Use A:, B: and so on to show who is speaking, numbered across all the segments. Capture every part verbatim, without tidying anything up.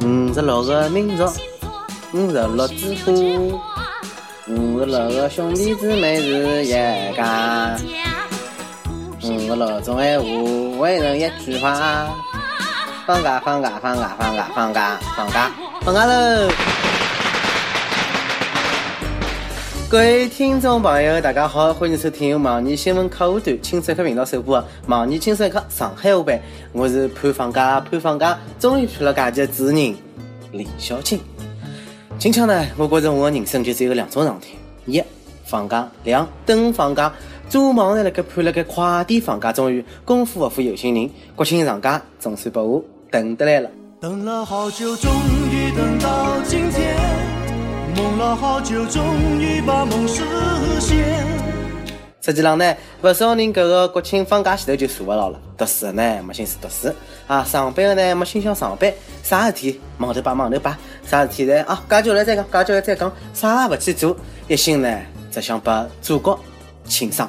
A: 五十六个民族，五十六支花，五十六个兄弟姊妹是一家，五十六种闲话汇成一句话。放假放假放假放假放假放假放假喽！各位听众朋友，大家好，欢迎收听由网易新闻客户端轻松一刻频道首播的网易轻松一刻上海话版。我是盼放假盼放假终于去了假期的主持人李小青。今朝呢，我觉着我的人生就只有两种状态：一放假，两等放假。做梦呢，辣盖盼辣盖快点放假，终于功夫不负有心人，国庆长假总算把我等得来了。
B: 等了好久，终于等到今天。梦了好久，终于把梦实现。
A: 实际上呢，不少人搿个国庆放假前头就坐不牢了，读书的呢没心思读书啊，上班的呢没心想上班，啥事体忙头摆忙头摆，啥事体呢啊，假期后来再讲，假期后来再讲，啥也不去做，一心呢只想把祖国庆生。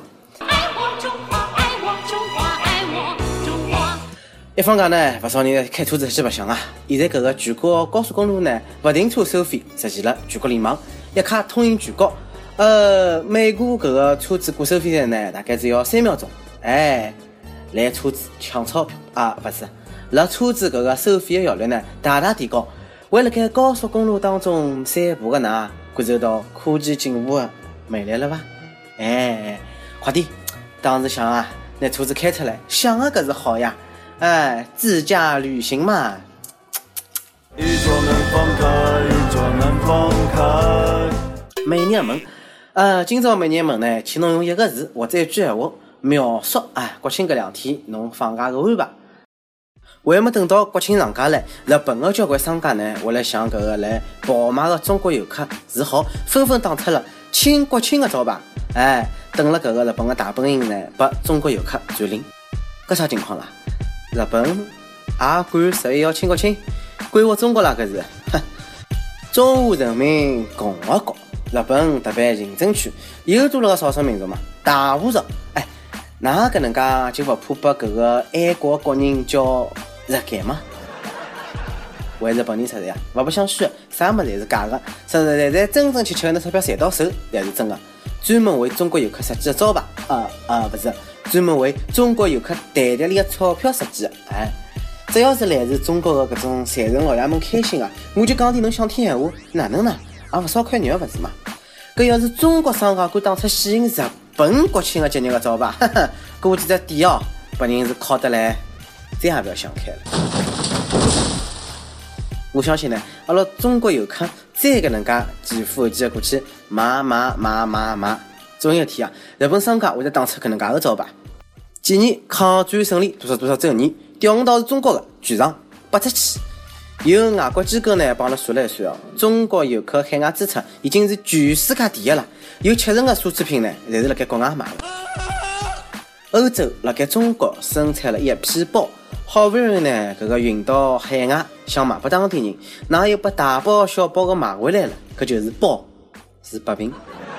A: 一放假呢，不少人开车子去白相啊。现在搿个全国高速公路呢，不停车收费实现了全国联网，一卡通行全国。呃，每过搿个车子过收费站呢，大概只要三秒钟。哎，来车子抢钞票啊，不是，辣车子搿个收费的效率呢，大大提高。为了盖高速公路当中散步的㑚，感受到科技进步的魅力了吧？哎，快点，当时想啊，拿车子开出来，想啊，搿是好呀。哎，自驾旅行嘛，
B: 一座能放开，一座能放开。
A: 每年问，呃，今朝每年问呢，请侬用一个字或者一句闲话描述哎，国庆搿两天侬放假个安排。还没等到国庆长假来，日本个交关商家呢，为了向搿个来跑马个中国游客示好，纷纷打出了庆国庆个招牌。哎，等了搿个日本个大本营呢，拨中国游客占领。搿啥情况啦？日本也管十一要庆国庆，管我中国啦搿是，哼！中华人民共和国日本特别行政区又多了个少数民族嘛，大和族。哎，哪搿能介就勿怕拨搿个爱国国人叫日改吗？为日本人出来啊，勿不想虚，啥物事侪是假的，实实在在真真切切拿钞票赚到手才是真的。专门为中国游客设计的招牌，啊啊不是。专门为中国游客袋袋里的钞票设计的，哎，只要是来自中国的搿种财神老爷们开心啊，我就讲点侬想听闲话，哪能呢？也勿少块肉勿是嘛？搿要是中国商家敢打出吸引日本国庆的节日的招牌，哈哈，搿我几只店哦，本人是靠得来，再也勿要想开了。我相信呢，阿拉中国游客再搿能介前赴后继的过去买买买买买。总有一天啊，日本商家会得打出搿能介个招牌。几年抗战胜利多少多少周年，调五道是中国的全场八出去。有外国机构呢帮阿拉算了一算哦，中国游客海外支出已经是全世界第一了，有七成的奢侈品呢，侪是辣盖国外买的。欧洲辣盖中国生产了一批包，好不容易呢搿个运到海外，想卖拨当地人，哪又把大包小包的买回来了？搿就是包是把柄。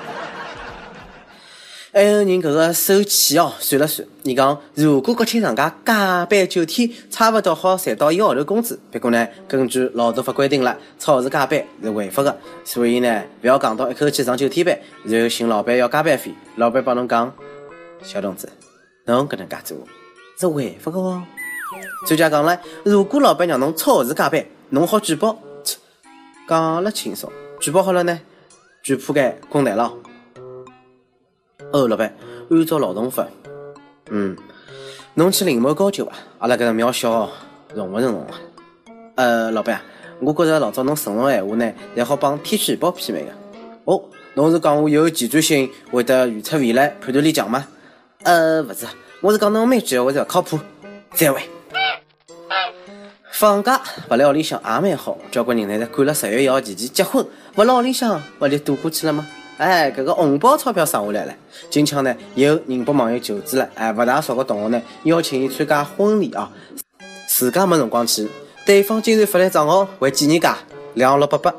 A: 还有人搿个手气哦，算了算，伊讲如果国庆长假加班九天，差不多好赚到一个号头工资。不过呢，根据劳动法规定了，超时加班是违法的，所以呢，不要讲到一口气上九天班，然后寻老板要加班费，老板帮侬讲，小同志，侬搿能介做是违法的哦。专家讲了，如果老板让侬超时加班，侬好举报，讲了轻松，举报好了呢，举报该滚蛋了。哦，老板，按照劳动法，嗯，侬去另谋高就啊，阿拉搿个渺小容勿成容啊。呃，老板，我觉着老早侬承诺闲话呢，侪好帮天气预报媲美个。哦，侬是讲我有前瞻性，会得预测未来，判断力强吗？呃，勿是，我是讲侬每句闲话侪勿靠谱。再会。放假勿来屋里向也蛮好，交关人呢赶了十月一号提前结婚，勿辣屋里向勿就躲过去了吗？哎，搿个红包钞票省下来了。今朝呢，有人拨网友求助了，哎，勿大熟个同学呢，邀请伊参加婚礼啊，自家没辰光去，对方竟然发来账号为纪念价两六八八。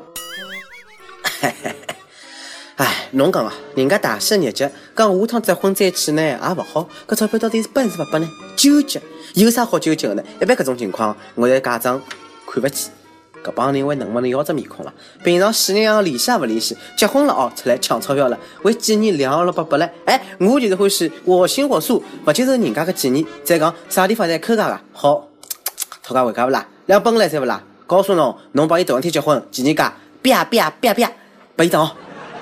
A: 哎，侬讲啊，人家大喜日节，讲下趟结婚再去呢也勿好，搿钞票到底是拨还是勿拨呢？纠结，有啥好纠结的呢？一般搿种情况，我在家长看勿起， 搿帮人会能不能要只面孔了？平常死人样联系也勿联系，结婚了哦，出来抢钞票了，为纪念两六百八来。哎，我就是欢喜我行我素，勿接受人家个纪念。再讲啥地方侪抠家个，好，讨价还价勿啦？两本来塞勿啦？告诉侬，侬帮伊头一天结婚，纪念价，啪啪啪啪，拨伊涨。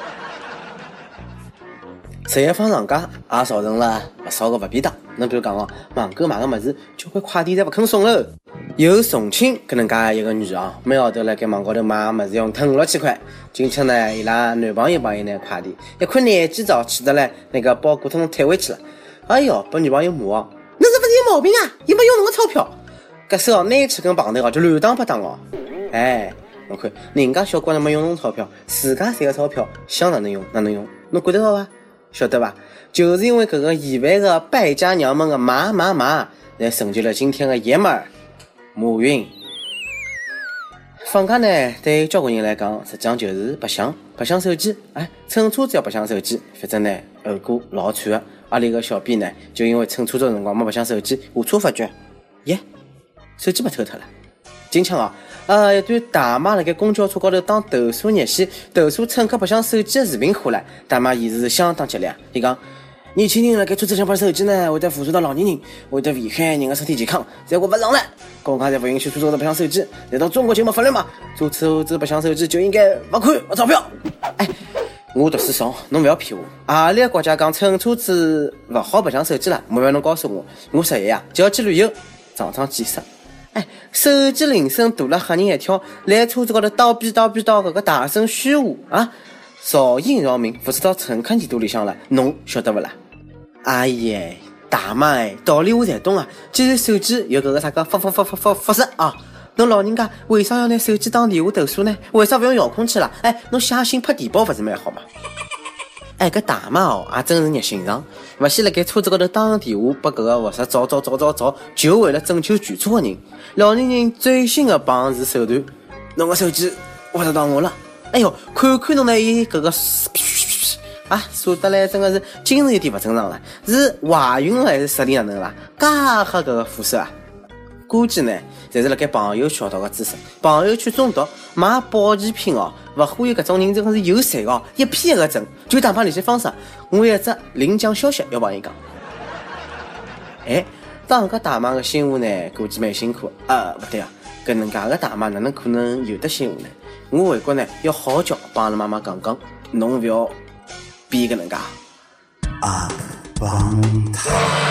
A: 十一放长假也造成了勿少个勿便当。侬比如讲哦，网购买个物事，交关快递侪勿肯送喽。有重庆搿能介一个女啊，每号头辣盖网高头买物事用腾五六千块。近期呢，伊拉男朋友帮伊拿快递，一看廿几兆，气得来那个包裹统统退回去了。哎哟，拨女朋友骂哦，侬是勿是有毛病啊？又没用侬个钞票。搿手哦，拿起根棒头哦，就乱打八打哦。哎，侬看人家小姑娘没用侬钞票，自家赚个钞票想哪能用哪能用，侬管得到伐？晓得吧？就是因为搿个意外的败家娘们的买买买，才成就了今天的爷们儿马云。放假呢，对于交关人来讲，实际上就是白相白相手机。哎，乘车子要白相手机，反正呢后果老惨的。阿里个小编呢，就因为乘车子的辰光没白相手机，下车发觉，耶，手机被偷脱了。近腔啊，呃，一段大妈辣盖公交车高头打投诉热线，投诉乘客白相手机的视频火了。大妈言辞是相当激烈，伊讲年轻人辣盖车子上白手机呢，会得辐射到老年人，会得危害人的身体健康，侪我勿上了。公家侪勿允许车子高头白相手机，难道中国就没法律吗？坐车子白相手机就应该罚款罚钞票？哎，我读书少，侬勿要骗我。何里个国家讲乘车子勿好白相手机了？麻烦侬告诉我，我十一呀就要去旅游，常常见识。哎，手机铃声大了吓人一跳，来车子高头叨逼叨逼叨搿个大声喧哗啊，噪音扰民，辐射到乘客耳朵里向了，侬晓得勿啦？哎耶，大妈哎，道理我侪懂啊。既然手机有搿个啥个发发发发发发射啊，侬老人家为啥要拿手机当电话投诉呢？为啥勿用遥控器啦？哎，侬写信拍电报勿是蛮好嘛？哎，搿大妈哦，也真是热心肠，勿先辣盖车子高头打电话拨搿个佛山找找找找找，就为了拯救全车的人。老年人最新的绑架手段，侬个手机挖得到我了。哎哟，看看侬那伊搿个啊，说得来真的是精神有点勿正常了，是怀孕了还是实力哪能啦？介黑搿个肤色啊！估计呢，侪是辣盖朋友圈学到个知识。朋友圈中毒买保健品哦，勿忽悠搿种人真的是有谁哦，一批一个整。就打发联系方式，我有一只临江消息要帮伊讲。哎，当搿大妈个新妇呢，估计蛮辛苦。呃，勿对啊，搿能介个大妈哪能可能有得新妇呢？我回国呢，要好叫帮阿拉妈妈讲讲，侬勿要变搿能介。
B: 阿邦塔。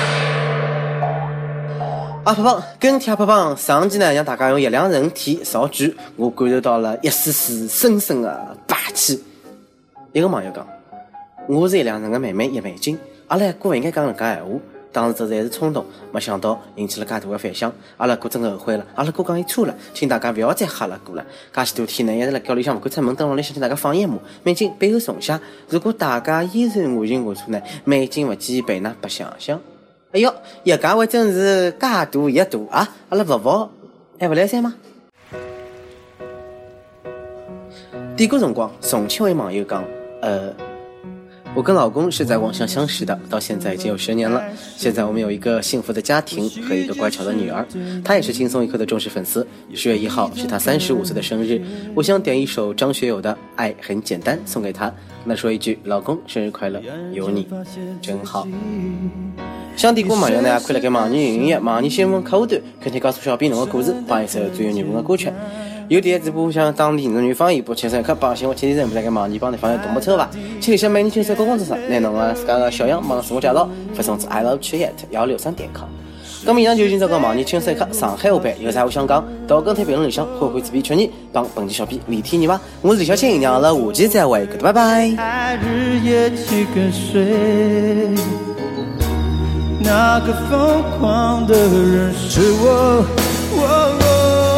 A: 阿胖胖跟帖阿胖胖上期呢，让大家用一两人体造句，我感受到了一丝丝深深的霸气。一个网友讲，我是一两人的妹妹叶美金，阿拉哥勿应该讲搿能介闲话，当时这才是冲动，没想到引起了介大的反响。阿拉哥真的后悔了，阿拉哥讲伊错了，请大家不要再吓阿拉哥了。介许多天呢，一直辣盖屋里向勿敢出门，等屋里向请大家放一马。美金背后重写，如果大家依然我行我素呢，美金勿建议被㑚白相相。哎哟，一家还真是介大一大啊！阿拉勿服还勿来三吗？点歌辰光，重庆位网友讲，呃，我跟老公是在网上相识的，到现在已经有十年了。现在我们有一个幸福的家庭和一个乖巧的女儿，她也是轻松一刻的忠实粉丝。十月一号是她三十五岁的生日，我想点一首张学友的《爱很简单》送给她，跟她说一句：老公生日快乐，有你真好。想点歌网友呢，可以辣盖网易云音乐、网易新闻客户端跟帖告诉小编侬个故事，帮一首最有缘分的歌曲。有点直播像当地人女方一部轻松一刻，帮新闻天天人不辣盖网易帮地方有动不抽伐？请里向每年轻松高工资上，拿侬个自家个小样帮自我介绍，发送至 I love Qiet 幺六三点 com。咁么以上就是今朝个网易轻松一刻上海话版，有啥话想讲，到跟帖评论里向欢欢主编曲艺帮本期小编李天你伐？我是李小青，让阿拉下期再会，拜拜。
B: 爱日夜去跟随，那个疯狂的人是我。哦哦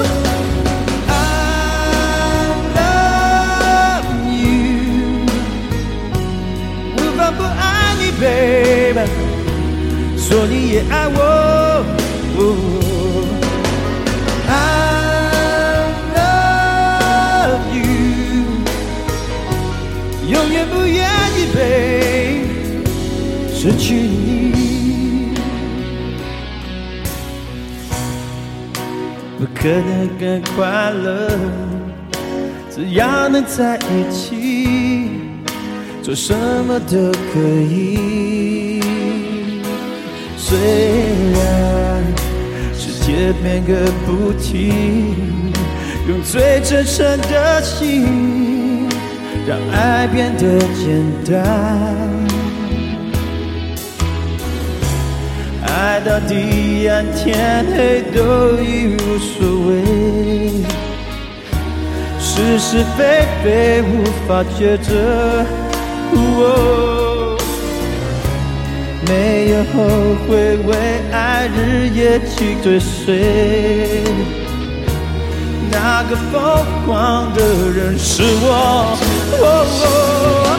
B: Baby， 说你也爱我、哦、I love you， 永远不愿意被失去你，不可能更快乐。 只要能在一起，做什么都可以。虽然世界变个不停，用最真诚的心，让爱变得简单。爱到地暗天黑都已无所谓，是是非非无法抉择。哦，没有后悔，为爱日夜去追随。那个疯狂的人是我。哦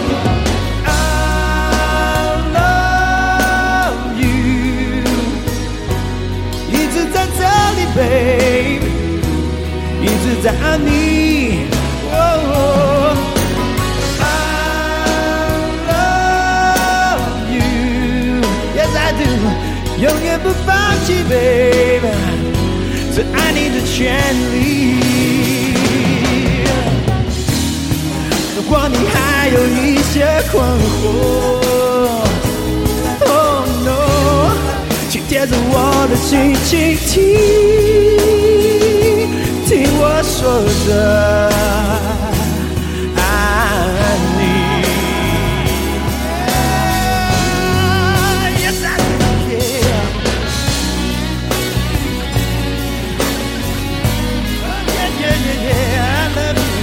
B: ，Babe， 一直在爱你。Oh, I love you, yes I do， 永远不放弃 ，Babe， 这爱你的权利。如果你还有一些困惑 ，Oh no， 请贴着我的心倾听。听我说着爱你。Yes, I do, yeah. Yeah, yeah, yeah, yeah, I love you.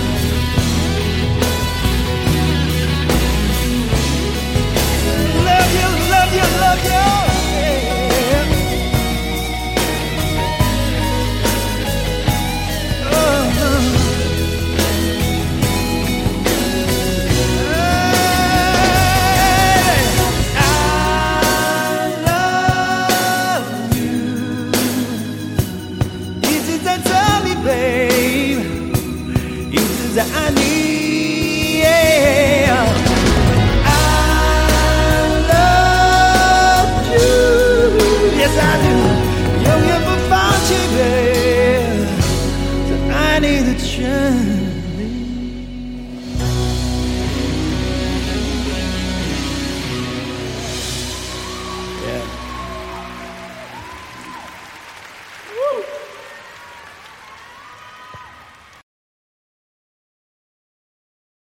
B: Love you, love you, love you. I need